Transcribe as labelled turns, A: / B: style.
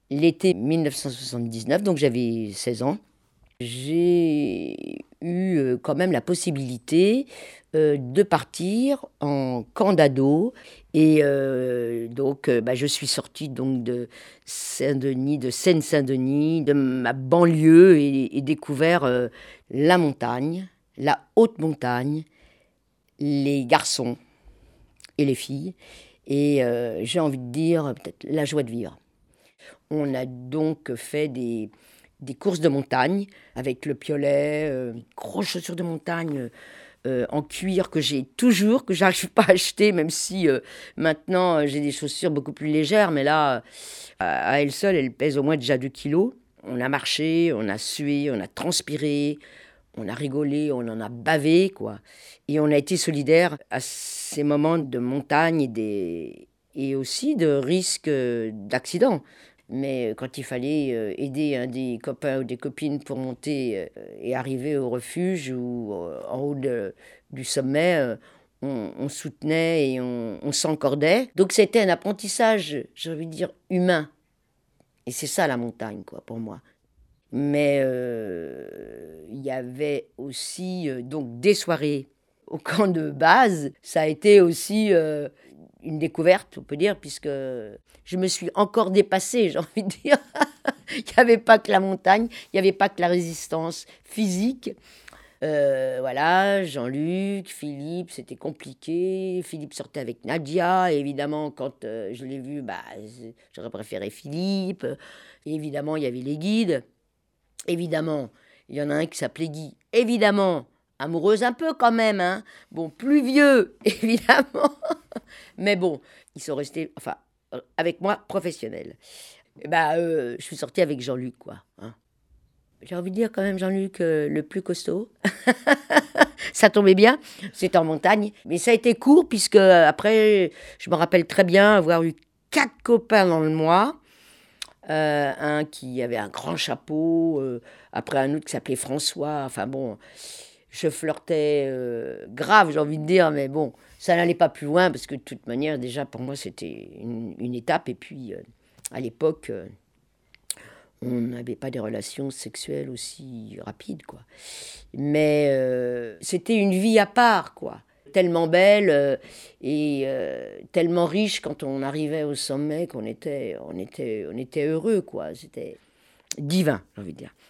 A: l'été 1979, donc j'avais 16 ans. J'ai eu quand même la possibilité de partir en camp d'ado. Et je suis sortie donc de Saint-Denis, de Seine-Saint-Denis, de ma banlieue et découvert la montagne, la haute montagne, les garçons et les filles. Et j'ai envie de dire peut-être la joie de vivre. On a donc fait des courses de montagne avec le piolet, grosses chaussures de montagne en cuir que j'ai toujours, que j'arrive pas à acheter, même si maintenant j'ai des chaussures beaucoup plus légères, mais là, à elles seules, elles pèsent au moins déjà 2 kilos. On a marché, on a sué, on a transpiré, on a rigolé, on en a bavé, quoi. Et on a été solidaires à ces moments de montagne et aussi de risques d'accident. Mais quand il fallait aider un des copains ou des copines pour monter et arriver au refuge ou en haut du sommet, on soutenait et on s'encordait. Donc c'était un apprentissage, j'ai envie de dire, humain. Et c'est ça la montagne, quoi, pour moi. Mais il y avait aussi donc des soirées au camp de base. Ça a été aussi une découverte, on peut dire, puisque je me suis encore dépassée, j'ai envie de dire. Il n'y avait pas que la montagne, il n'y avait pas que la résistance physique. Voilà, Jean-Luc, Philippe, c'était compliqué. Philippe sortait avec Nadia. Et évidemment, quand je l'ai vu, j'aurais préféré Philippe. Et évidemment, il y avait les guides. Évidemment, il y en a un qui s'appelait Guy. Évidemment, amoureuse un peu quand même, hein. Bon, plus vieux, évidemment. Mais bon, ils sont restés, enfin, avec moi, professionnels. Je suis sortie avec Jean-Luc, quoi. Hein. J'ai envie de dire quand même Jean-Luc le plus costaud. Ça tombait bien, c'était en montagne. Mais ça a été court, puisque après, je me rappelle très bien avoir eu 4 copains dans le mois. Un qui avait un grand chapeau, après un autre qui s'appelait François. Enfin bon, je flirtais grave, j'ai envie de dire, mais bon, ça n'allait pas plus loin parce que de toute manière, déjà pour moi, c'était une étape. Et puis, à l'époque, on n'avait pas des relations sexuelles aussi rapides, quoi. Mais c'était une vie à part, quoi. Tellement belle et tellement riche quand on arrivait au sommet qu'on était heureux, quoi. C'était divin, j'ai envie de dire.